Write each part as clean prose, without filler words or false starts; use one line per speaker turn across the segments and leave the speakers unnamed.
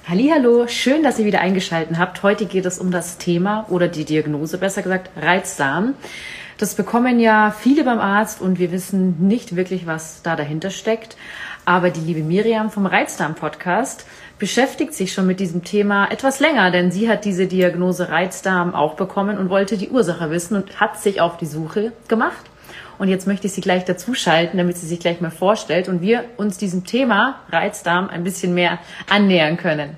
Hallihallo, schön, dass ihr wieder eingeschaltet habt. Heute geht es um das Thema oder die Diagnose, besser gesagt, Reizdarm. Das bekommen ja viele beim Arzt und wir wissen nicht wirklich, was da dahinter steckt. Aber die liebe Miriam vom Reizdarm-Podcast beschäftigt sich schon mit diesem Thema etwas länger, denn sie hat diese Diagnose Reizdarm auch bekommen und wollte die Ursache wissen und hat sich auf die Suche gemacht. Und jetzt möchte ich sie gleich dazuschalten, damit sie sich gleich mal vorstellt und wir uns diesem Thema Reizdarm ein bisschen mehr annähern können.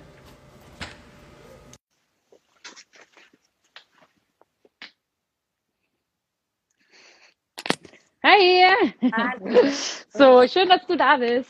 Hi!
Hallo.
So, schön, dass du da bist.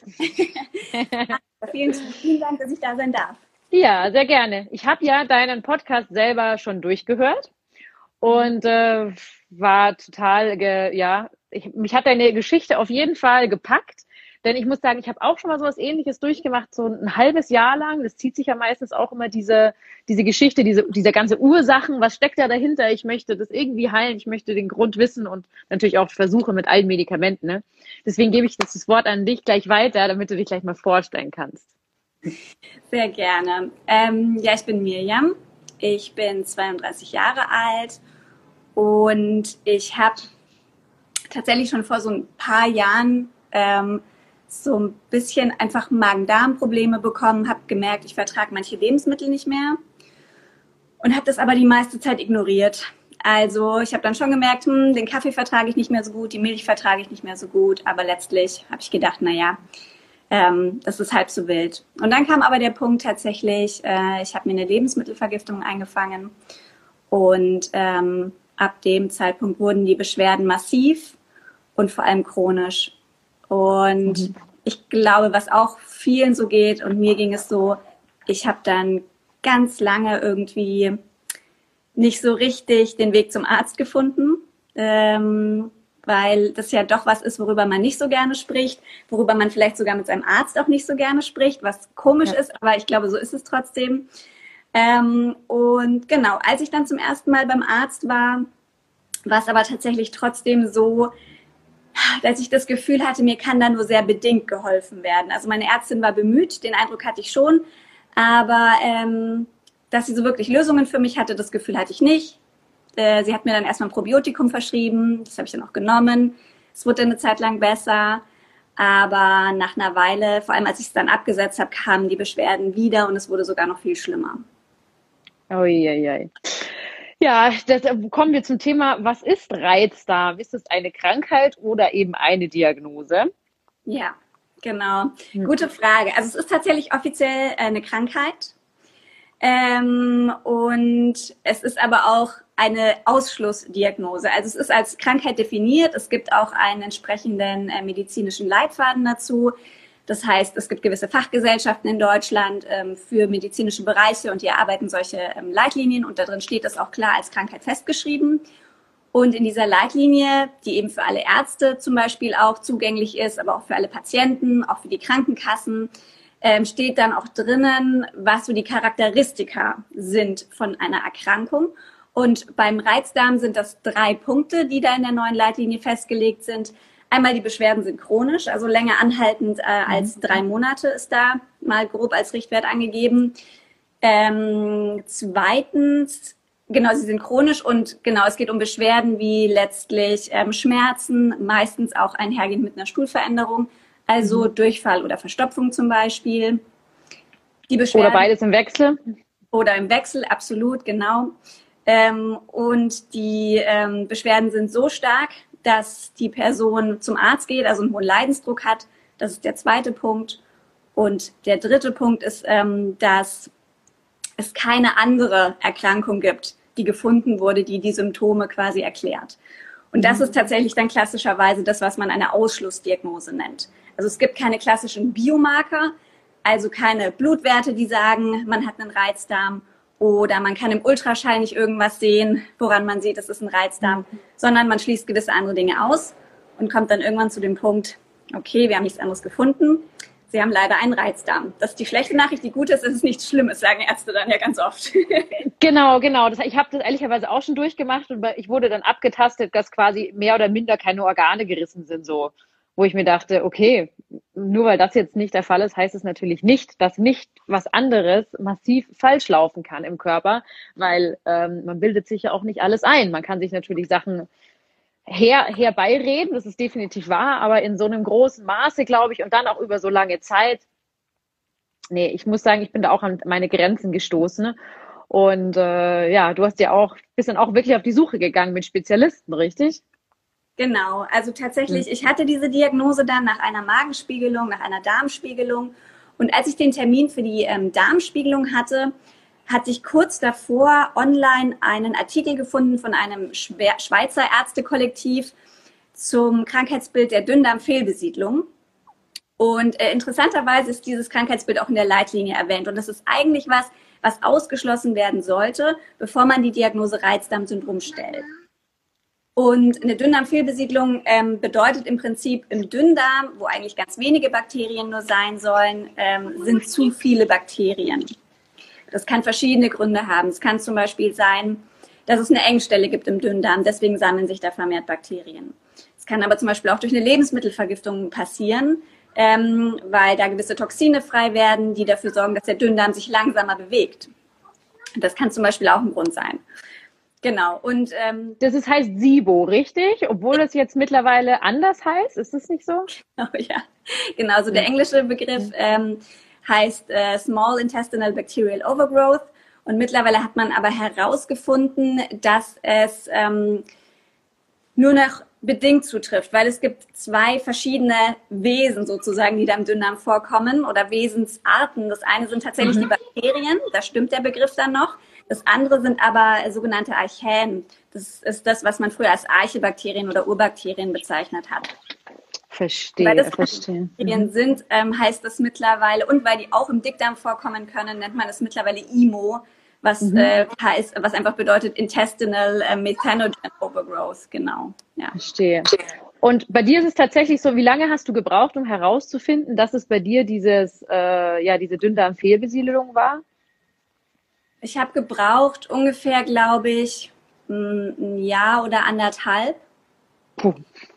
Vielen Dank, dass ich da sein darf.
Ja, sehr gerne. Ich habe ja deinen Podcast selber schon durchgehört und war total, mich hat deine Geschichte auf jeden Fall gepackt, denn ich muss sagen, ich habe auch schon mal so was Ähnliches durchgemacht, so ein halbes Jahr lang. Das zieht sich ja meistens auch immer diese Geschichte, diese ganze Ursachen, was steckt da dahinter? Ich möchte das irgendwie heilen, ich möchte den Grund wissen und natürlich auch versuche mit allen Medikamenten. Ne? Deswegen gebe ich das Wort an dich gleich weiter, damit du dich gleich mal vorstellen kannst.
Sehr gerne. Ich bin Miriam. Ich bin 32 Jahre alt und ich habe tatsächlich schon vor so ein paar Jahren so ein bisschen einfach Magen-Darm-Probleme bekommen, habe gemerkt, ich vertrage manche Lebensmittel nicht mehr und habe das aber die meiste Zeit ignoriert. Also ich habe dann schon gemerkt, den Kaffee vertrage ich nicht mehr so gut, die Milch vertrage ich nicht mehr so gut, aber letztlich habe ich gedacht, das ist halb so wild. Und dann kam aber der Punkt tatsächlich, ich habe mir eine Lebensmittelvergiftung eingefangen und ab dem Zeitpunkt wurden die Beschwerden massiv und vor allem chronisch. Und ich glaube, was auch vielen so geht und mir ging es so, ich habe dann ganz lange irgendwie nicht so richtig den Weg zum Arzt gefunden, weil das ja doch was ist, worüber man nicht so gerne spricht, worüber man vielleicht sogar mit seinem Arzt auch nicht so gerne spricht, was komisch ist, aber ich glaube, so ist es trotzdem. Und genau, als ich dann zum ersten Mal beim Arzt war es aber tatsächlich trotzdem so, dass ich das Gefühl hatte, mir kann da nur sehr bedingt geholfen werden. Also meine Ärztin war bemüht, den Eindruck hatte ich schon, aber dass sie so wirklich Lösungen für mich hatte, das Gefühl hatte ich nicht. Sie hat mir dann erstmal ein Probiotikum verschrieben, das habe ich dann auch genommen. Es wurde eine Zeit lang besser, aber nach einer Weile, vor allem als ich es dann abgesetzt habe, kamen die Beschwerden wieder und es wurde sogar noch viel schlimmer.
Uiuiui. Ja, kommen wir zum Thema, was ist Reizdarm? Ist es eine Krankheit oder eben eine Diagnose?
Ja, genau. Gute Frage. Also es ist tatsächlich offiziell eine Krankheit und es ist aber auch eine Ausschlussdiagnose. Also es ist als Krankheit definiert. Es gibt auch einen entsprechenden medizinischen Leitfaden dazu. Das heißt, es gibt gewisse Fachgesellschaften in Deutschland für medizinische Bereiche und die erarbeiten solche Leitlinien und da drin steht das auch klar als Krankheit festgeschrieben. Und in dieser Leitlinie, die eben für alle Ärzte zum Beispiel auch zugänglich ist, aber auch für alle Patienten, auch für die Krankenkassen, steht dann auch drinnen, was so die Charakteristika sind von einer Erkrankung. Und beim Reizdarm sind das 3 Punkte, die da in der neuen Leitlinie festgelegt sind. Einmal die Beschwerden sind chronisch, also länger anhaltend als 3 Monate ist da mal grob als Richtwert angegeben. Zweitens, genau, sie sind chronisch und genau, es geht um Beschwerden wie letztlich Schmerzen, meistens auch einhergehend mit einer Stuhlveränderung, also Durchfall oder Verstopfung zum Beispiel. Die Beschwerden,
oder beides im Wechsel?
Oder im Wechsel, absolut, genau. Und die Beschwerden sind so stark, dass die Person zum Arzt geht, also einen hohen Leidensdruck hat. Das ist der zweite Punkt. Und der dritte Punkt ist, dass es keine andere Erkrankung gibt, die gefunden wurde, die die Symptome quasi erklärt. Und das ist tatsächlich dann klassischerweise das, was man eine Ausschlussdiagnose nennt. Also es gibt keine klassischen Biomarker, also keine Blutwerte, die sagen, man hat einen Reizdarm. Oder man kann im Ultraschall nicht irgendwas sehen, woran man sieht, es ist ein Reizdarm, sondern man schließt gewisse andere Dinge aus und kommt dann irgendwann zu dem Punkt, okay, wir haben nichts anderes gefunden, Sie haben leider einen Reizdarm. Das ist die schlechte Nachricht. Die gute ist, es ist nichts Schlimmes, sagen Ärzte dann ja ganz oft.
Genau. Ich habe das ehrlicherweise auch schon durchgemacht und ich wurde dann abgetastet, dass quasi mehr oder minder keine Organe gerissen sind so. wo ich mir dachte, okay, nur weil das jetzt nicht der Fall ist, heißt es natürlich nicht, dass nicht was anderes massiv falsch laufen kann im Körper, weil man bildet sich ja auch nicht alles ein. Man kann sich natürlich Sachen herbeireden, das ist definitiv wahr, aber in so einem großen Maße, glaube ich, und dann auch über so lange Zeit, nee, ich muss sagen, ich bin da auch an meine Grenzen gestoßen. Und ja, du hast ja auch, bist dann auch wirklich auf die Suche gegangen mit Spezialisten, richtig?
Genau, also tatsächlich, ich hatte diese Diagnose dann nach einer Magenspiegelung, nach einer Darmspiegelung. Und als ich den Termin für die Darmspiegelung hatte, hatte ich kurz davor online einen Artikel gefunden von einem Schweizer Ärztekollektiv zum Krankheitsbild der Dünndarmfehlbesiedlung. Und interessanterweise ist dieses Krankheitsbild auch in der Leitlinie erwähnt. Und das ist eigentlich was ausgeschlossen werden sollte, bevor man die Diagnose Reizdarmsyndrom stellt. Und eine Dünndarmfehlbesiedlung bedeutet im Prinzip im Dünndarm, wo eigentlich ganz wenige Bakterien nur sein sollen, sind zu viele Bakterien. Das kann verschiedene Gründe haben. Es kann zum Beispiel sein, dass es eine Engstelle gibt im Dünndarm, deswegen sammeln sich da vermehrt Bakterien. Es kann aber zum Beispiel auch durch eine Lebensmittelvergiftung passieren, weil da gewisse Toxine frei werden, die dafür sorgen, dass der Dünndarm sich langsamer bewegt. Das kann zum Beispiel auch ein Grund sein. Genau. Und
heißt SIBO, richtig? Obwohl es jetzt mittlerweile anders heißt, ist es nicht so?
Oh ja, genau. Also der englische Begriff heißt Small Intestinal Bacterial Overgrowth. Und mittlerweile hat man aber herausgefunden, dass es nur noch bedingt zutrifft, weil es gibt zwei verschiedene Wesen sozusagen, die da im Dünndarm vorkommen oder Wesensarten. Das eine sind tatsächlich die Bakterien, da stimmt der Begriff dann noch. Das andere sind aber sogenannte Archäen. Das ist das, was man früher als Archebakterien oder Urbakterien bezeichnet hat.
Verstehe,
weil das
verstehe.
Bakterien sind, heißt das mittlerweile, und weil die auch im Dickdarm vorkommen können, nennt man es mittlerweile IMO, was heißt, was einfach bedeutet Intestinal Methanogen Overgrowth, genau. Ja.
Verstehe. Und bei dir ist es tatsächlich so, wie lange hast du gebraucht, um herauszufinden, dass es bei dir diese Dünndarmfehlbesiedelung war?
Ich habe gebraucht ungefähr, glaube ich, ein Jahr oder anderthalb.
Puh.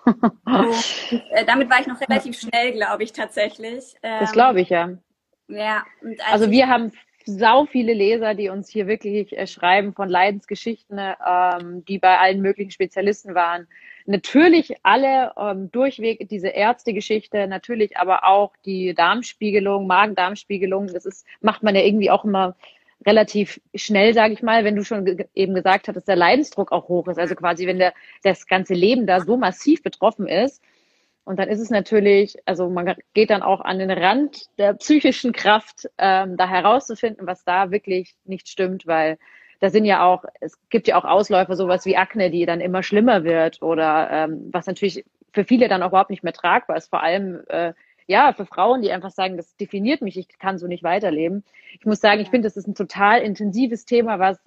Und, damit war ich noch relativ schnell, glaube ich, tatsächlich.
Das glaube ich, ja.
Ja. Und
also wir haben sau viele Leser, die uns hier wirklich schreiben von Leidensgeschichten, die bei allen möglichen Spezialisten waren. Natürlich alle durchweg diese Ärztegeschichte, natürlich aber auch die Darmspiegelung, Magen-Darm-Spiegelung. Macht man ja irgendwie auch immer relativ schnell, sage ich mal, wenn du schon eben gesagt hast, dass der Leidensdruck auch hoch ist. Also quasi, wenn das ganze Leben da so massiv betroffen ist. Und dann ist es natürlich, also man geht dann auch an den Rand der psychischen Kraft, da herauszufinden, was da wirklich nicht stimmt, weil da sind ja auch, es gibt ja auch Ausläufer, sowas wie Akne, die dann immer schlimmer wird oder was natürlich für viele dann auch überhaupt nicht mehr tragbar ist, vor allem ja, für Frauen, die einfach sagen, das definiert mich, ich kann so nicht weiterleben. Ich muss sagen, ich finde, das ist ein total intensives Thema, was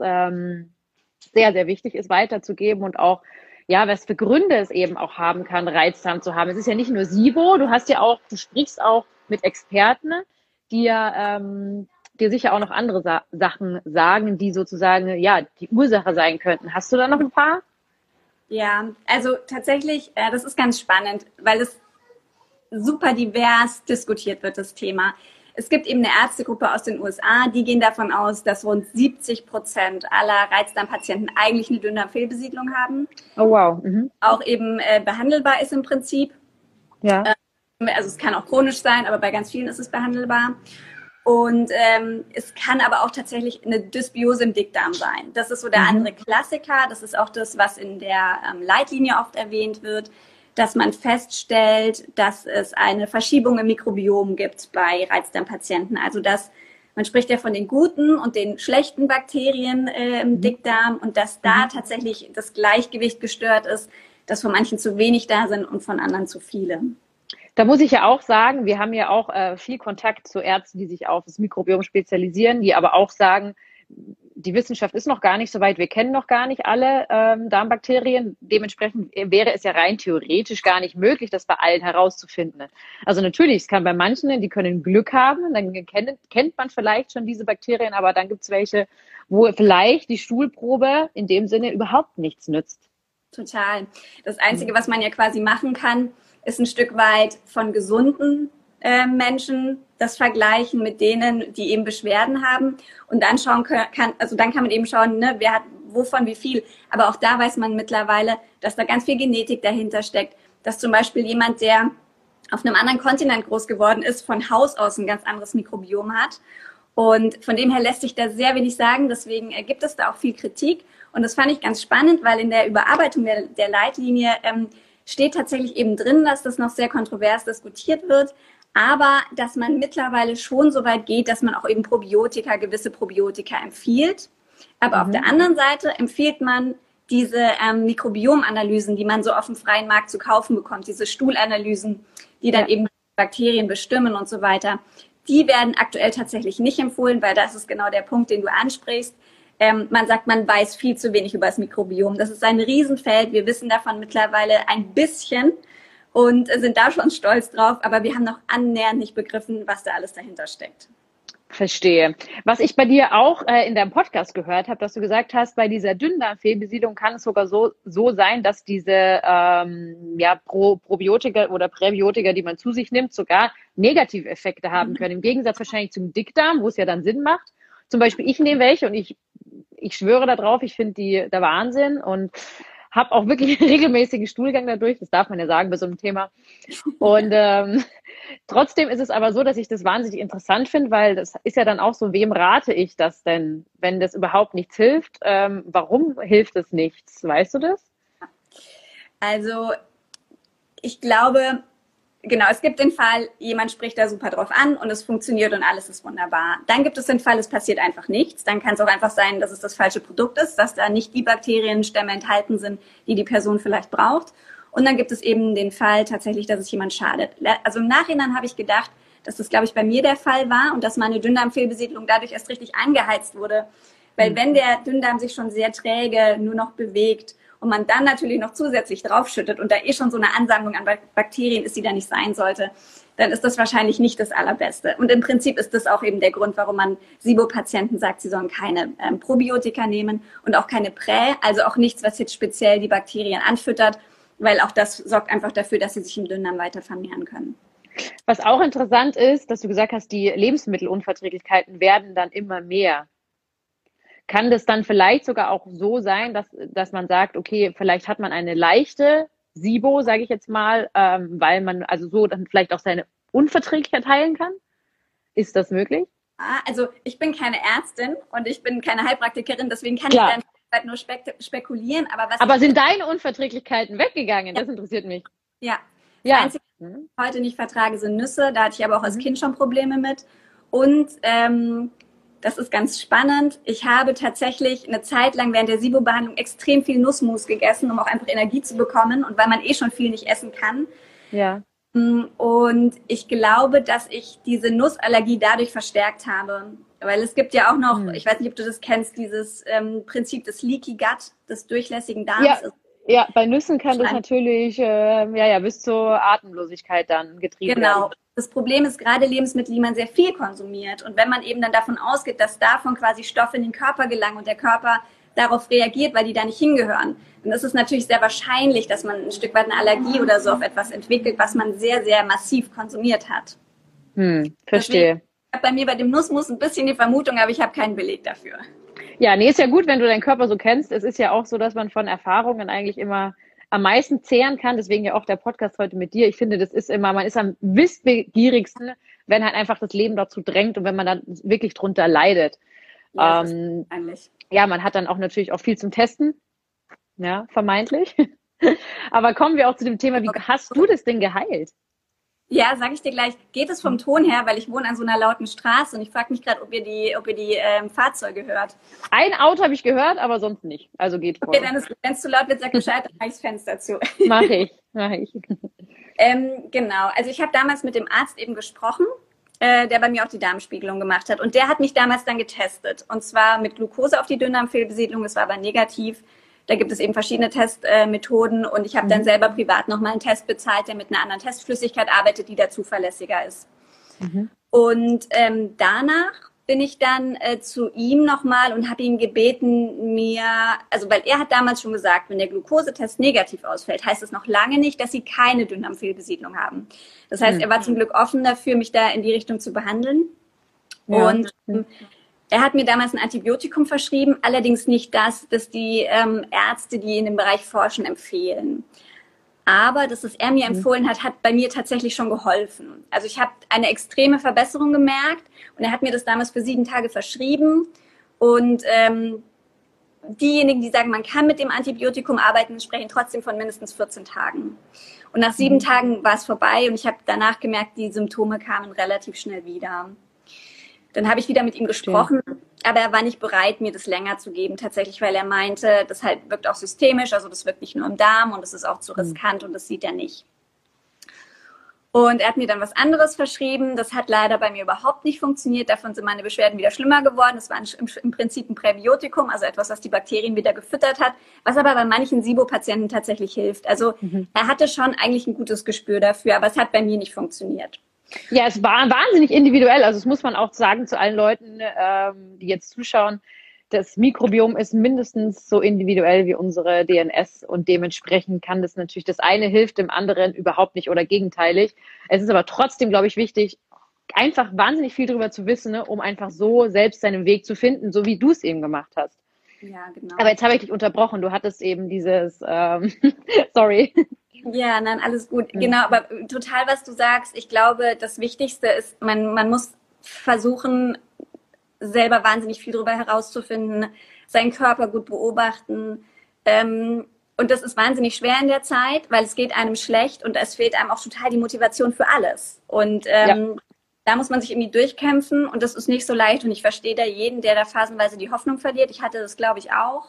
sehr, sehr wichtig ist, weiterzugeben und auch, ja, was für Gründe es eben auch haben kann, Reizdarm zu haben. Es ist ja nicht nur SIBO, du sprichst auch mit Experten, die ja dir sicher auch noch andere Sachen sagen, die sozusagen, ja, die Ursache sein könnten. Hast du da noch ein paar?
Ja, also tatsächlich, das ist ganz spannend, weil es super divers diskutiert wird, das Thema. Es gibt eben eine Ärztegruppe aus den USA, die gehen davon aus, dass rund 70% aller Reizdarmpatienten eigentlich eine Dünndarmfehlbesiedlung haben.
Oh wow.
Auch eben behandelbar ist im Prinzip.
Ja.
Also es kann auch chronisch sein, aber bei ganz vielen ist es behandelbar. Und es kann aber auch tatsächlich eine Dysbiose im Dickdarm sein. Das ist so der andere Klassiker. Das ist auch das, was in der Leitlinie oft erwähnt wird, dass man feststellt, dass es eine Verschiebung im Mikrobiom gibt bei Reizdarmpatienten. Also man spricht ja von den guten und den schlechten Bakterien im Dickdarm und dass da tatsächlich das Gleichgewicht gestört ist, dass von manchen zu wenig da sind und von anderen zu viele.
Da muss ich ja auch sagen, wir haben ja auch viel Kontakt zu Ärzten, die sich auf das Mikrobiom spezialisieren, die aber auch sagen, die Wissenschaft ist noch gar nicht so weit, wir kennen noch gar nicht alle Darmbakterien. Dementsprechend wäre es ja rein theoretisch gar nicht möglich, das bei allen herauszufinden. Also natürlich, es kann bei manchen, die können Glück haben, dann kennt man vielleicht schon diese Bakterien, aber dann gibt es welche, wo vielleicht die Stuhlprobe in dem Sinne überhaupt nichts nützt.
Total. Das Einzige, was man ja quasi machen kann, ist ein Stück weit von gesunden Menschen das vergleichen mit denen, die eben Beschwerden haben und dann dann kann man eben schauen, ne, wer hat wovon wie viel. Aber auch da weiß man mittlerweile, dass da ganz viel Genetik dahinter steckt, dass zum Beispiel jemand, der auf einem anderen Kontinent groß geworden ist, von Haus aus ein ganz anderes Mikrobiom hat. Und von dem her lässt sich da sehr wenig sagen. Deswegen gibt es da auch viel Kritik. Und das fand ich ganz spannend, weil in der Überarbeitung der Leitlinie steht tatsächlich eben drin, dass das noch sehr kontrovers diskutiert wird. Aber dass man mittlerweile schon so weit geht, dass man auch eben gewisse Probiotika empfiehlt. Aber auf der anderen Seite empfiehlt man diese Mikrobiomanalysen, die man so auf dem freien Markt zu kaufen bekommt, diese Stuhlanalysen, die dann eben Bakterien bestimmen und so weiter. Die werden aktuell tatsächlich nicht empfohlen, weil das ist genau der Punkt, den du ansprichst. Man sagt, man weiß viel zu wenig über das Mikrobiom. Das ist ein Riesenfeld. Wir wissen davon mittlerweile ein bisschen und sind da schon stolz drauf. Aber wir haben noch annähernd nicht begriffen, was da alles dahinter steckt.
Verstehe. Was ich bei dir auch in deinem Podcast gehört habe, dass du gesagt hast, bei dieser Dünndarmfehlbesiedlung kann es sogar so sein, dass diese Probiotika oder Präbiotika, die man zu sich nimmt, sogar Negativeffekte haben können. Im Gegensatz wahrscheinlich zum Dickdarm, wo es ja dann Sinn macht. Zum Beispiel, ich nehme welche und ich schwöre da drauf, ich finde die der Wahnsinn und habe auch wirklich einen regelmäßigen Stuhlgang dadurch. Das darf man ja sagen bei so einem Thema. Und trotzdem ist es aber so, dass ich das wahnsinnig interessant finde, weil das ist ja dann auch so, wem rate ich das denn, wenn das überhaupt nichts hilft? Warum hilft es nichts? Weißt du das?
Also ich glaube, genau, es gibt den Fall, jemand spricht da super drauf an und es funktioniert und alles ist wunderbar. Dann gibt es den Fall, es passiert einfach nichts. Dann kann es auch einfach sein, dass es das falsche Produkt ist, dass da nicht die Bakterienstämme enthalten sind, die die Person vielleicht braucht. Und dann gibt es eben den Fall tatsächlich, dass es jemand schadet. Also im Nachhinein habe ich gedacht, dass das, glaube ich, bei mir der Fall war und dass meine Dünndarmfehlbesiedlung dadurch erst richtig angeheizt wurde. Weil wenn der Dünndarm sich schon sehr träge nur noch bewegt und man dann natürlich noch zusätzlich draufschüttet und da schon so eine Ansammlung an Bakterien ist, die da nicht sein sollte, dann ist das wahrscheinlich nicht das Allerbeste. Und im Prinzip ist das auch eben der Grund, warum man SIBO-Patienten sagt, sie sollen keine Probiotika nehmen und auch keine also auch nichts, was jetzt speziell die Bakterien anfüttert, weil auch das sorgt einfach dafür, dass sie sich im Dünndarm weiter vermehren können.
Was auch interessant ist, dass du gesagt hast, die Lebensmittelunverträglichkeiten werden dann immer mehr. Kann das dann vielleicht sogar auch so sein, dass man sagt, okay, vielleicht hat man eine leichte SIBO, sage ich jetzt mal, weil man also so dann vielleicht auch seine Unverträglichkeit heilen kann? Ist das möglich?
Also ich bin keine Ärztin und ich bin keine Heilpraktikerin, deswegen kann ich dann nur spekulieren. Aber
sind deine Unverträglichkeiten weggegangen? Das interessiert mich.
Ja. Das Einzige, was ich heute nicht vertrage, sind Nüsse. Da hatte ich aber auch als Kind schon Probleme mit. Und das ist ganz spannend. Ich habe tatsächlich eine Zeit lang während der SIBO-Behandlung extrem viel Nussmus gegessen, um auch einfach Energie zu bekommen und weil man schon viel nicht essen kann.
Ja.
Und ich glaube, dass ich diese Nussallergie dadurch verstärkt habe. Weil es gibt ja auch noch, ich weiß nicht, ob du das kennst, dieses Prinzip des Leaky Gut, des durchlässigen Darms.
Ja, bei Nüssen kann das natürlich bis zur Atemlosigkeit dann getrieben werden.
Genau. Das Problem ist gerade Lebensmittel, die man sehr viel konsumiert. Und wenn man eben dann davon ausgeht, dass davon quasi Stoffe in den Körper gelangen und der Körper darauf reagiert, weil die da nicht hingehören, dann ist es natürlich sehr wahrscheinlich, dass man ein Stück weit eine Allergie oder so auf etwas entwickelt, was man sehr, sehr massiv konsumiert hat.
Verstehe.
Ich habe bei mir bei dem Nussmus ein bisschen die Vermutung, aber ich habe keinen Beleg dafür.
Ja, nee, ist ja gut, wenn du deinen Körper so kennst. Es ist ja auch so, dass man von Erfahrungen eigentlich immer am meisten zehren kann. Deswegen ja auch der Podcast heute mit dir. Ich finde, das ist immer, man ist am wissbegierigsten, wenn halt einfach das Leben dazu drängt und wenn man dann wirklich drunter leidet.
Ja,
man hat dann auch natürlich auch viel zum Testen. Ja, vermeintlich. Aber kommen wir auch zu dem Thema, wie hast du das denn geheilt?
Ja, sage ich dir gleich. Geht es vom Ton her, weil ich wohne an so einer lauten Straße und ich frage mich gerade, ob ihr die Fahrzeuge hört.
Ein Auto habe ich gehört, aber sonst nicht. Also geht vor.
Okay, dann ist, wenn es zu laut wird, sag Bescheid, dann mache ich das Fenster zu.
Mach ich.
Genau, also ich habe damals mit dem Arzt eben gesprochen, der bei mir auch die Darmspiegelung gemacht hat. Und der hat mich damals dann getestet. Und zwar mit Glucose auf die Dünndarmfehlbesiedlung, das war aber negativ. Da gibt es eben verschiedene Testmethoden und ich habe dann selber privat nochmal einen Test bezahlt, der mit einer anderen Testflüssigkeit arbeitet, die da zuverlässiger ist. Und danach bin ich dann zu ihm nochmal und habe ihn gebeten, also weil er hat damals schon gesagt, wenn der Glukosetest negativ ausfällt, heißt es noch lange nicht, dass sie keine Dünndarmfehlbesiedlung haben. Das heißt, er war zum Glück offen dafür, mich da in die Richtung zu behandeln. Ja. Und er hat mir damals ein Antibiotikum verschrieben, allerdings nicht das die Ärzte, die in dem Bereich forschen, empfehlen. Aber das, was er mir empfohlen hat, hat bei mir tatsächlich schon geholfen. Also ich habe eine extreme Verbesserung gemerkt und er hat mir das damals für 7 Tage verschrieben. Und diejenigen, die sagen, man kann mit dem Antibiotikum arbeiten, sprechen trotzdem von mindestens 14 Tagen. Und nach 7 Tagen war es vorbei und ich habe danach gemerkt, die Symptome kamen relativ schnell wieder. Dann habe ich wieder mit ihm gesprochen, aber er war nicht bereit, mir das länger zu geben, tatsächlich, weil er meinte, das halt wirkt auch systemisch, also das wirkt nicht nur im Darm und das ist auch zu riskant und das sieht er nicht. Und er hat mir dann was anderes verschrieben, das hat leider bei mir überhaupt nicht funktioniert, davon sind meine Beschwerden wieder schlimmer geworden. Das war im Prinzip ein Präbiotikum, also etwas, was die Bakterien wieder gefüttert hat, was aber bei manchen SIBO-Patienten tatsächlich hilft. Also er hatte schon eigentlich ein gutes Gespür dafür, aber es hat bei mir nicht funktioniert.
Ja, es war wahnsinnig individuell. Also das muss man auch sagen zu allen Leuten, die jetzt zuschauen. Das Mikrobiom ist mindestens so individuell wie unsere DNS und dementsprechend kann das natürlich, das eine hilft dem anderen überhaupt nicht oder gegenteilig. Es ist aber trotzdem, glaube ich, wichtig, einfach wahnsinnig viel darüber zu wissen, ne, um einfach so selbst seinen Weg zu finden, so wie du es eben gemacht hast.
Ja, genau.
Aber jetzt habe ich dich unterbrochen. Du hattest eben dieses, sorry.
Ja, nein, alles gut. Genau, aber total, was du sagst. Ich glaube, das Wichtigste ist, man muss versuchen, selber wahnsinnig viel darüber herauszufinden, seinen Körper gut beobachten. Und das ist wahnsinnig schwer in der Zeit, weil es geht einem schlecht und es fehlt einem auch total die Motivation für alles. Und da muss man sich irgendwie durchkämpfen und das ist nicht so leicht. Und ich verstehe da jeden, der da phasenweise die Hoffnung verliert. Ich hatte das, glaube ich, auch.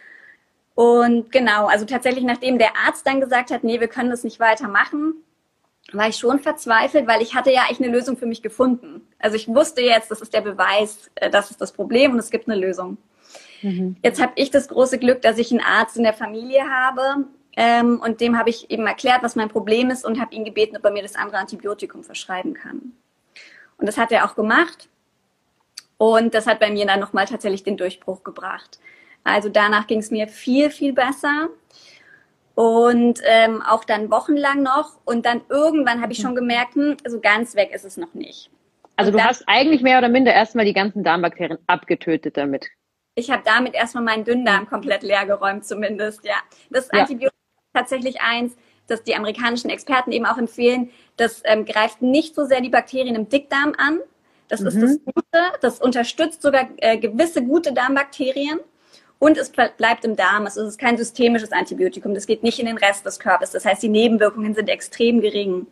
Und genau, also tatsächlich, nachdem der Arzt dann gesagt hat, nee, wir können das nicht weitermachen, war ich schon verzweifelt, weil ich hatte ja eigentlich eine Lösung für mich gefunden. Also ich wusste jetzt, das ist der Beweis, das ist das Problem und es gibt eine Lösung. Jetzt habe ich das große Glück, dass ich einen Arzt in der Familie habe und dem habe ich eben erklärt, was mein Problem ist und habe ihn gebeten, ob er mir das andere Antibiotikum verschreiben kann. Und das hat er auch gemacht und das hat bei mir dann nochmal tatsächlich den Durchbruch gebracht. Also danach ging es mir viel, viel besser und auch dann wochenlang noch. Und dann irgendwann habe ich schon gemerkt, so ganz weg ist es noch nicht.
Also du hast eigentlich mehr oder minder erstmal die ganzen Darmbakterien abgetötet damit.
Ich habe damit erstmal meinen Dünndarm komplett leer geräumt zumindest, ja. Das Antibiotikum ist tatsächlich eins, das die amerikanischen Experten eben auch empfehlen. Das greift nicht so sehr die Bakterien im Dickdarm an. Das ist das Gute. Das unterstützt sogar gewisse gute Darmbakterien. Und es bleibt im Darm. Also es ist kein systemisches Antibiotikum. Das geht nicht in den Rest des Körpers. Das heißt, die Nebenwirkungen sind extrem gering.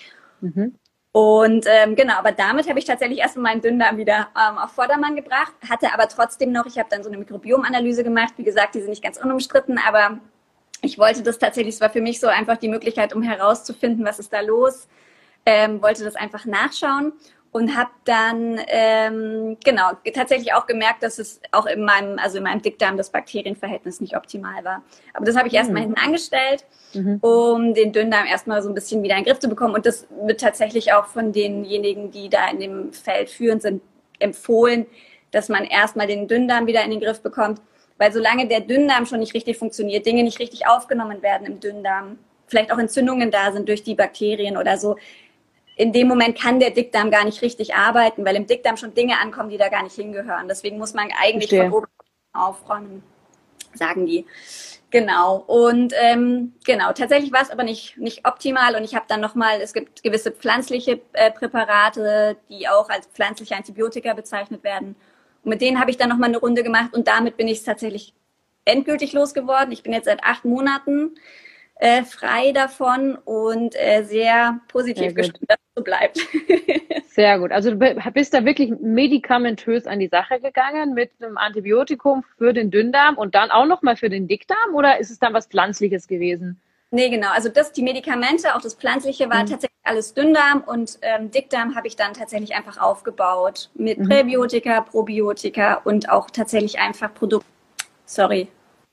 Und genau, aber damit habe ich tatsächlich erstmal meinen Dünndarm wieder auf Vordermann gebracht. Hatte aber trotzdem noch, ich habe dann so eine Mikrobiomanalyse gemacht. Wie gesagt, die sind nicht ganz unumstritten, aber ich wollte das tatsächlich, es war für mich so einfach die Möglichkeit, um herauszufinden, was ist da los. Wollte das einfach nachschauen. Und habe dann genau tatsächlich auch gemerkt, dass es auch in meinem Dickdarm das Bakterienverhältnis nicht optimal war. Aber das habe ich erstmal hinten angestellt, um den Dünndarm erstmal so ein bisschen wieder in den Griff zu bekommen. Und das wird tatsächlich auch von denjenigen, die da in dem Feld führend sind, empfohlen, dass man erstmal den Dünndarm wieder in den Griff bekommt. Weil solange der Dünndarm schon nicht richtig funktioniert, Dinge nicht richtig aufgenommen werden im Dünndarm, vielleicht auch Entzündungen da sind durch die Bakterien oder so, in dem Moment kann der Dickdarm gar nicht richtig arbeiten, weil im Dickdarm schon Dinge ankommen, die da gar nicht hingehören. Deswegen muss man eigentlich von oben aufräumen, sagen die. Genau. Und genau, tatsächlich war es aber nicht optimal. Und ich habe dann nochmal, es gibt gewisse pflanzliche Präparate, die auch als pflanzliche Antibiotika bezeichnet werden. Und mit denen habe ich dann nochmal eine Runde gemacht und damit bin ich tatsächlich endgültig losgeworden. Ich bin jetzt seit 8 Monaten frei davon und sehr positiv gestimmt, dass es so bleibt.
Sehr gut. Also du bist da wirklich medikamentös an die Sache gegangen mit einem Antibiotikum für den Dünndarm und dann auch nochmal für den Dickdarm oder ist es dann was Pflanzliches gewesen?
Nee, genau. Also die Medikamente, auch das Pflanzliche war tatsächlich alles Dünndarm und Dickdarm habe ich dann tatsächlich einfach aufgebaut mit Präbiotika, Probiotika und auch tatsächlich einfach Produkte. Sorry.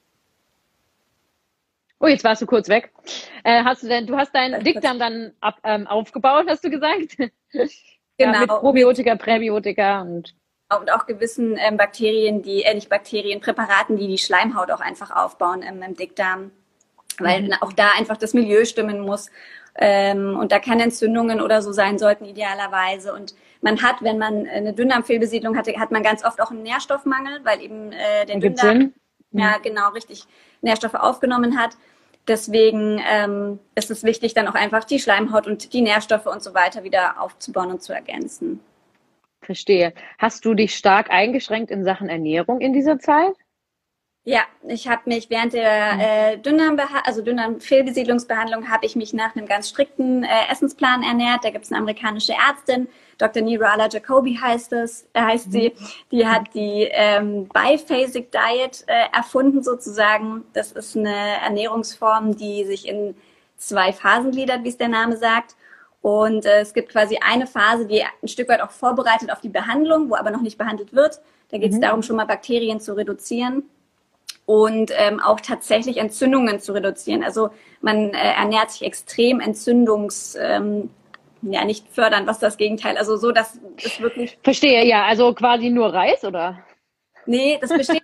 Oh, jetzt warst du kurz weg. Du hast deinen Dickdarm dann aufgebaut, hast du gesagt?
Genau.
Ja, mit Probiotika, Präbiotika und
Und auch gewissen Bakterien, nicht Bakterien, Präparaten, die die Schleimhaut auch einfach aufbauen im Dickdarm. Weil auch da einfach das Milieu stimmen muss. Und da keine Entzündungen oder so sein sollten idealerweise. Und man hat, wenn man eine Dünndarmfehlbesiedlung hatte, hat man ganz oft auch einen Nährstoffmangel, weil eben der Dünndarm ja genau richtig Nährstoffe aufgenommen hat. Deswegen ist es wichtig, dann auch einfach die Schleimhaut und die Nährstoffe und so weiter wieder aufzubauen und zu ergänzen.
Verstehe. Hast du dich stark eingeschränkt in Sachen Ernährung in dieser Zeit?
Ja, ich habe mich während der Dünndarmfehlbesiedlungsbehandlung habe ich mich nach einem ganz strikten Essensplan ernährt. Da gibt es eine amerikanische Ärztin, Dr. Nirala Jacobi heißt sie. Die hat die Biphasic Diet erfunden sozusagen. Das ist eine Ernährungsform, die sich in 2 Phasen gliedert, wie es der Name sagt. Und es gibt quasi eine Phase, die ein Stück weit auch vorbereitet auf die Behandlung, wo aber noch nicht behandelt wird. Da geht es darum, schon mal Bakterien zu reduzieren. Und auch tatsächlich Entzündungen zu reduzieren. Also man ernährt sich extrem nicht fördern, was das Gegenteil, also so, dass es wirklich...
Verstehe, ja, also quasi nur Reis, oder?
Nee, das besteht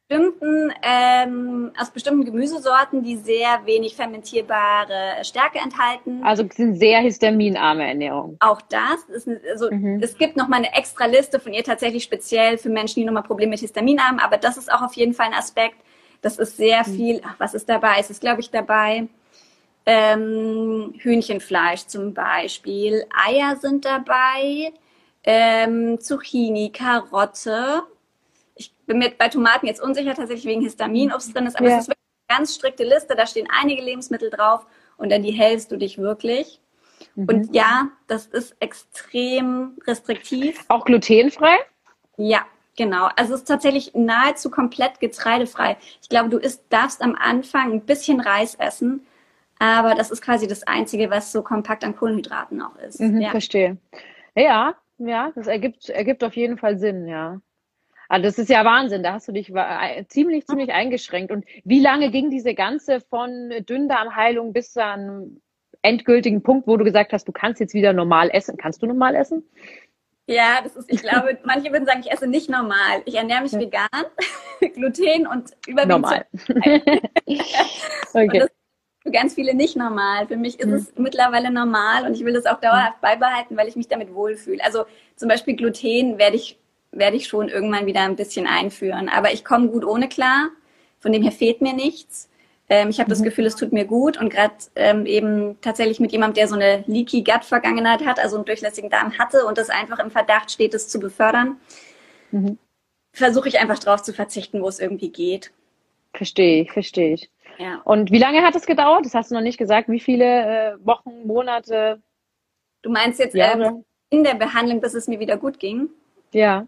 aus bestimmten Gemüsesorten, die sehr wenig fermentierbare Stärke enthalten.
Also sind sehr histaminarme Ernährung.
Auch das ist es gibt noch mal eine extra Liste von ihr tatsächlich speziell für Menschen, die nochmal Probleme mit Histamin haben, aber das ist auch auf jeden Fall ein Aspekt. Das ist sehr viel, was ist dabei? Es ist, glaube ich, dabei Hühnchenfleisch zum Beispiel, Eier sind dabei, Zucchini, Karotte. Ich bin mir bei Tomaten jetzt unsicher, tatsächlich wegen Histamin, ob es drin ist, aber es ist wirklich eine ganz strikte Liste, da stehen einige Lebensmittel drauf und an die hältst du dich wirklich. Und ja, das ist extrem restriktiv.
Auch glutenfrei?
Ja, genau. Also es ist tatsächlich nahezu komplett getreidefrei. Ich glaube, du darfst am Anfang ein bisschen Reis essen, aber das ist quasi das Einzige, was so kompakt an Kohlenhydraten auch ist.
Ja. Verstehe. Ja, das ergibt auf jeden Fall Sinn, ja. Also das ist ja Wahnsinn, da hast du dich ziemlich eingeschränkt. Und wie lange ging diese ganze von Dünndarmheilung bis zu einem endgültigen Punkt, wo du gesagt hast, du kannst jetzt wieder normal essen? Kannst du normal essen?
Ja, ich glaube, manche würden sagen, ich esse nicht normal. Ich ernähre mich vegan, Gluten und überwiegend
normal.
Okay. Und das ist für ganz viele nicht normal. Für mich ist es mittlerweile normal und ich will das auch dauerhaft beibehalten, weil ich mich damit wohlfühle. Also zum Beispiel Gluten werde ich schon irgendwann wieder ein bisschen einführen. Aber ich komme gut ohne klar. Von dem her fehlt mir nichts. Ich habe das Gefühl, es tut mir gut. Und gerade eben tatsächlich mit jemandem, der so eine Leaky Gut-Vergangenheit hat, also einen durchlässigen Darm hatte und das einfach im Verdacht steht, es zu befördern, versuche ich einfach drauf zu verzichten, wo es irgendwie geht.
Verstehe ich. Ja. Und wie lange hat es gedauert? Das hast du noch nicht gesagt. Wie viele Wochen, Monate?
Du meinst jetzt in der Behandlung, bis es mir wieder gut ging?
Ja.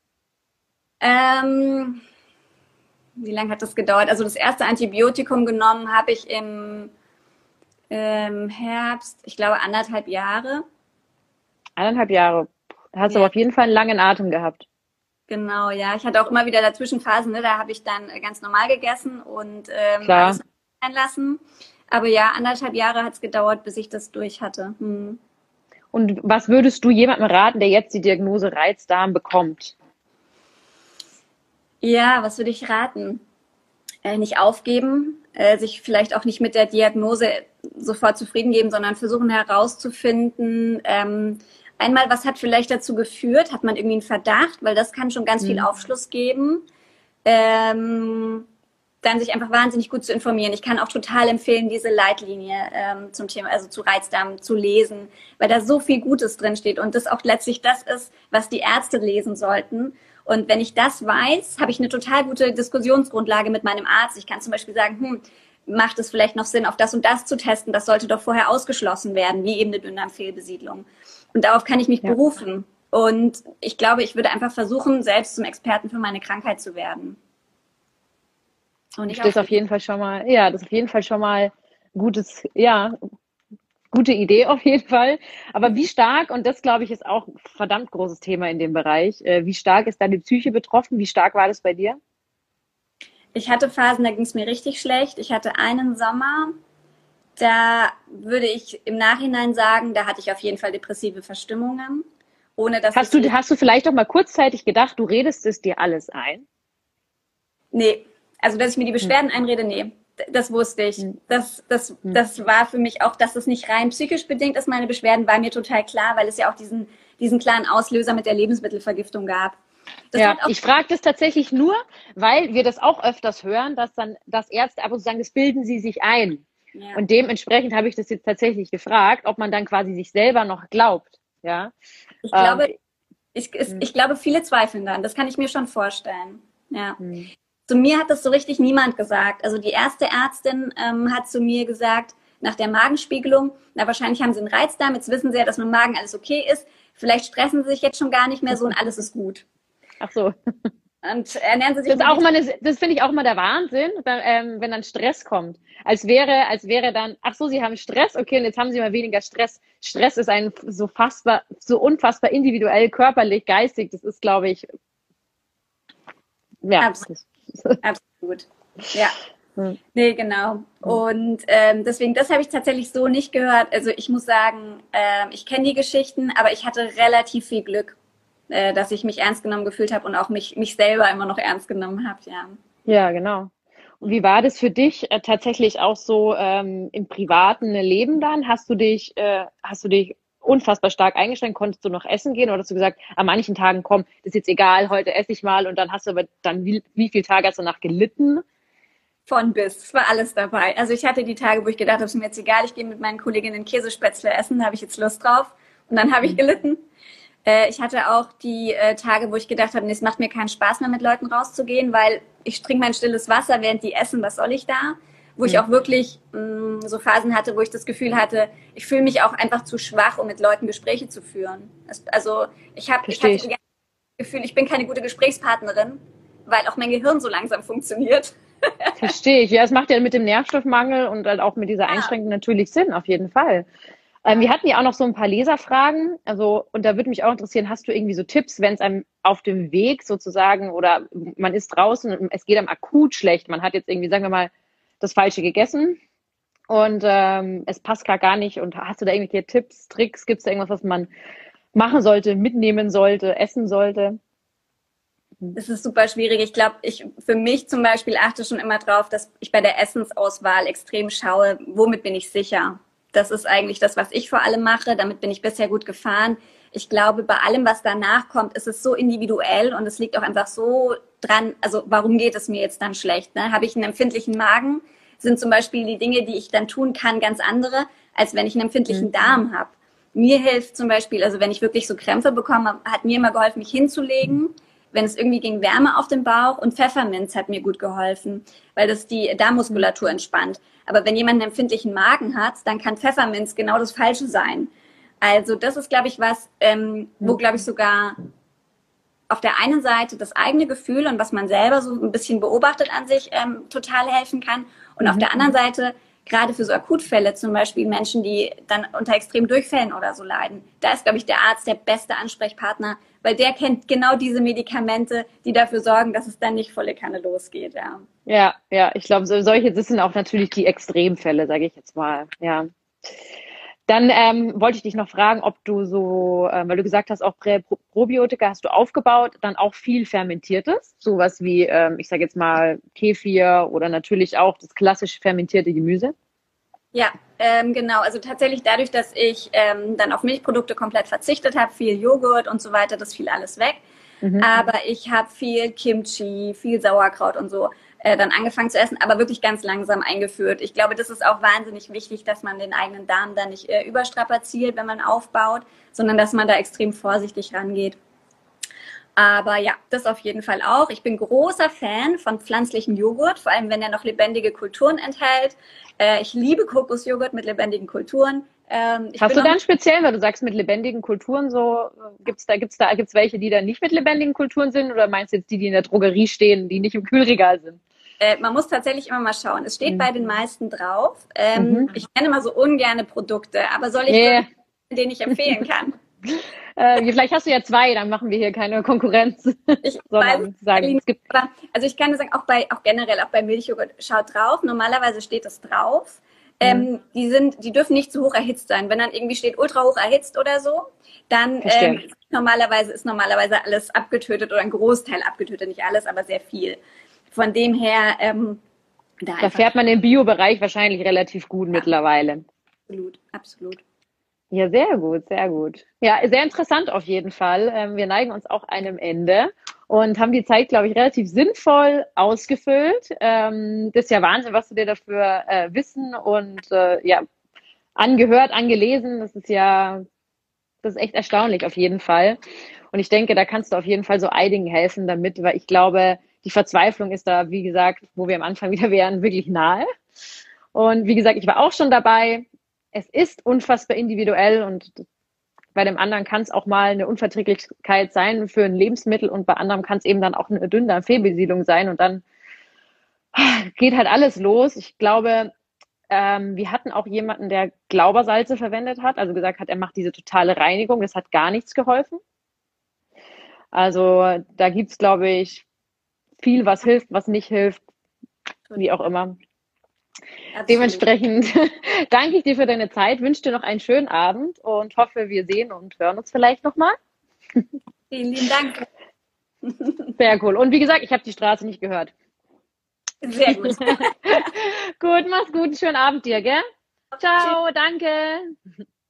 Wie lange hat das gedauert? Also das erste Antibiotikum genommen habe ich im Herbst, ich glaube 1,5 Jahre.
1,5 Jahre. Da hast du aber auf jeden Fall einen langen Atem gehabt.
Genau, ja. Ich hatte auch immer wieder dazwischen Phasen, da habe ich dann ganz normal gegessen und
Klar.
alles einlassen. Aber ja, 1,5 Jahre hat es gedauert, bis ich das durch hatte.
Und was würdest du jemandem raten, der jetzt die Diagnose Reizdarm bekommt?
Ja, was würde ich raten? Nicht aufgeben, sich vielleicht auch nicht mit der Diagnose sofort zufrieden geben, sondern versuchen herauszufinden, einmal, was hat vielleicht dazu geführt? Hat man irgendwie einen Verdacht? Weil das kann schon ganz viel Aufschluss geben. Dann sich einfach wahnsinnig gut zu informieren. Ich kann auch total empfehlen, diese Leitlinie zum Thema, also zu Reizdarm zu lesen, weil da so viel Gutes drin steht und das auch letztlich das ist, was die Ärzte lesen sollten. Und wenn ich das weiß, habe ich eine total gute Diskussionsgrundlage mit meinem Arzt. Ich kann zum Beispiel sagen, macht es vielleicht noch Sinn, auf das und das zu testen? Das sollte doch vorher ausgeschlossen werden, wie eben eine Dünndarmfehlbesiedlung. Und darauf kann ich mich berufen. Und ich glaube, ich würde einfach versuchen, selbst zum Experten für meine Krankheit zu werden.
Und das ist auf jeden Fall schon mal, gutes, gute Idee auf jeden Fall. Aber wie stark, und das glaube ich ist auch ein verdammt großes Thema in dem Bereich, wie stark ist deine Psyche betroffen? Wie stark war das bei dir?
Ich hatte Phasen, da ging es mir richtig schlecht. Ich hatte einen Sommer, da würde ich im Nachhinein sagen, da hatte ich auf jeden Fall depressive Verstimmungen. ohne dass
Hast du vielleicht auch mal kurzzeitig gedacht, du redest es dir alles ein?
Nee, also dass ich mir die Beschwerden einrede, nee. Das wusste ich. Das war für mich auch, dass es nicht rein psychisch bedingt ist, meine Beschwerden, war mir total klar, weil es ja auch diesen klaren Auslöser mit der Lebensmittelvergiftung gab.
Ich frage das tatsächlich nur, weil wir das auch öfters hören, dass Ärzte ab und zu sagen, das bilden sie sich ein. Ja. Und dementsprechend habe ich das jetzt tatsächlich gefragt, ob man dann quasi sich selber noch glaubt. Ja.
Ich glaube, viele zweifeln dann. Das kann ich mir schon vorstellen. Ja. Zu mir hat das so richtig niemand gesagt. Also die erste Ärztin hat zu mir gesagt, nach der Magenspiegelung, na wahrscheinlich haben Sie einen Reizdarm, jetzt wissen Sie ja, dass mit dem Magen alles okay ist. Vielleicht stressen Sie sich jetzt schon gar nicht mehr so und alles ist gut.
Ach so.
Und ernähren Sie sich.
Das finde ich auch immer der Wahnsinn, wenn dann Stress kommt. Als wäre dann, ach so, Sie haben Stress, okay, und jetzt haben Sie mal weniger Stress. Stress ist so unfassbar individuell, körperlich, geistig. Das ist, glaube ich, ja.
Absolut. Ja. Nee, genau. Und deswegen, das habe ich tatsächlich so nicht gehört. Also ich muss sagen, ich kenne die Geschichten, aber ich hatte relativ viel Glück, dass ich mich ernst genommen gefühlt habe und auch mich selber immer noch ernst genommen habe. Ja.
Ja, genau. Und wie war das für dich tatsächlich auch so im privaten Leben dann? Hast du dich unfassbar stark eingeschränkt? Konntest du noch essen gehen oder hast du gesagt, an manchen Tagen, komm, das ist jetzt egal, heute esse ich mal, und dann hast du aber dann wie viele Tage hast du danach gelitten?
Von bis. Es war alles dabei. Also ich hatte die Tage, wo ich gedacht habe, es ist mir jetzt egal, ich gehe mit meinen Kolleginnen Käsespätzle essen, da habe ich jetzt Lust drauf. Und dann habe ich gelitten. Ich hatte auch die Tage, wo ich gedacht habe, nee, es macht mir keinen Spaß mehr, mit Leuten rauszugehen, weil ich trinke mein stilles Wasser, während die essen, was soll ich da? Wo ich auch wirklich so Phasen hatte, wo ich das Gefühl hatte, ich fühle mich auch einfach zu schwach, um mit Leuten Gespräche zu führen. Also ich hatte das Gefühl, ich bin keine gute Gesprächspartnerin, weil auch mein Gehirn so langsam funktioniert.
Verstehe ich. Ja, es macht ja mit dem Nährstoffmangel und halt auch mit dieser Einschränkung natürlich Sinn, auf jeden Fall. Wir hatten ja auch noch so ein paar Leserfragen, und da würde mich auch interessieren, hast du irgendwie so Tipps, wenn es einem auf dem Weg sozusagen oder man ist draußen und es geht einem akut schlecht, man hat jetzt irgendwie, sagen wir mal, das Falsche gegessen und es passt gar nicht, und hast du da irgendwelche Tipps, Tricks, gibt es da irgendwas, was man machen sollte, mitnehmen sollte, essen sollte?
Das ist super schwierig. Ich glaube, für mich zum Beispiel achte schon immer drauf, dass ich bei der Essensauswahl extrem schaue, womit bin ich sicher. Das ist eigentlich das, was ich vor allem mache. Damit bin ich bisher gut gefahren. Ich glaube, bei allem, was danach kommt, ist es so individuell und es liegt auch einfach so dran, also warum geht es mir jetzt dann schlecht? Ne? Habe ich einen empfindlichen Magen? Sind zum Beispiel die Dinge, die ich dann tun kann, ganz andere, als wenn ich einen empfindlichen Darm habe. Mir hilft zum Beispiel, also wenn ich wirklich so Krämpfe bekomme, hat mir immer geholfen, mich hinzulegen, wenn es irgendwie ging, Wärme auf dem Bauch, und Pfefferminz hat mir gut geholfen, weil das die Darmmuskulatur entspannt. Aber wenn jemand einen empfindlichen Magen hat, dann kann Pfefferminz genau das Falsche sein. Also das ist, glaube ich, was, wo, glaube ich, sogar auf der einen Seite das eigene Gefühl und was man selber so ein bisschen beobachtet an sich total helfen kann. Und auf der anderen Seite, gerade für so Akutfälle, zum Beispiel Menschen, die dann unter extremen Durchfällen oder so leiden, da ist, glaube ich, der Arzt der beste Ansprechpartner, weil der kennt genau diese Medikamente, die dafür sorgen, dass es dann nicht volle Kanne losgeht.
Ja, ich glaube, das sind auch natürlich die Extremfälle, sage ich jetzt mal. Ja. Dann wollte ich dich noch fragen, ob du so, weil du gesagt hast, auch Probiotika hast du aufgebaut, dann auch viel Fermentiertes, sowas wie, ich sage jetzt mal, Kefir oder natürlich auch das klassisch fermentierte Gemüse?
Ja, genau. Also tatsächlich dadurch, dass ich dann auf Milchprodukte komplett verzichtet habe, viel Joghurt und so weiter, das fiel alles weg. Aber ich habe viel Kimchi, viel Sauerkraut und so dann angefangen zu essen, aber wirklich ganz langsam eingeführt. Ich glaube, das ist auch wahnsinnig wichtig, dass man den eigenen Darm da nicht überstrapaziert, wenn man aufbaut, sondern dass man da extrem vorsichtig rangeht. Aber ja, das auf jeden Fall auch. Ich bin großer Fan von pflanzlichem Joghurt, vor allem wenn er noch lebendige Kulturen enthält. Ich liebe Kokosjoghurt mit lebendigen Kulturen.
Hast du dann speziell, weil du sagst mit lebendigen Kulturen gibt's welche, die dann nicht mit lebendigen Kulturen sind, oder meinst du jetzt die in der Drogerie stehen, die nicht im Kühlregal sind?
Man muss tatsächlich immer mal schauen. Es steht bei den meisten drauf. Ich nenne mal so ungerne Produkte, aber soll ich den ich empfehlen kann?
Vielleicht hast du ja zwei, dann machen wir hier keine Konkurrenz.
Ich kann sagen, generell auch bei Milchjoghurt, schaut drauf. Normalerweise steht es drauf. Die dürfen nicht zu hoch erhitzt sein. Wenn dann irgendwie steht ultra hoch erhitzt oder so, dann
Verstehe.
ist normalerweise alles abgetötet oder ein Großteil abgetötet, nicht alles, aber sehr viel. Von dem her,
Da fährt man im Bio-Bereich wahrscheinlich relativ gut mittlerweile.
absolut, absolut.
Ja, sehr gut, sehr gut. Ja, sehr interessant auf jeden Fall. Wir neigen uns auch einem Ende und haben die Zeit, glaube ich, relativ sinnvoll ausgefüllt. Das ist ja Wahnsinn, was du dir dafür Wissen und ja, angehört, angelesen. Das ist echt erstaunlich auf jeden Fall. Und ich denke, da kannst du auf jeden Fall so einigen helfen damit, weil ich glaube, die Verzweiflung ist da, wie gesagt, wo wir am Anfang wieder wären, wirklich nahe. Und wie gesagt, ich war auch schon dabei. Es ist unfassbar individuell und bei dem anderen kann es auch mal eine Unverträglichkeit sein für ein Lebensmittel und bei anderem kann es eben dann auch eine Dünndarmfehlbesiedlung sein und dann geht halt alles los. Ich glaube, wir hatten auch jemanden, der Glaubersalze verwendet hat, also gesagt hat, er macht diese totale Reinigung. Das hat gar nichts geholfen. Also da gibt's, glaube ich, viel, was hilft, was nicht hilft, wie auch immer.
Absolut.
Dementsprechend danke ich dir für deine Zeit, wünsche dir noch einen schönen Abend und hoffe, wir sehen und hören uns vielleicht nochmal.
Vielen lieben Dank.
Sehr cool. Und wie gesagt, ich habe die Straße nicht gehört.
Sehr gut.
Gut, mach's gut. Schönen Abend dir, gell? Ciao, danke.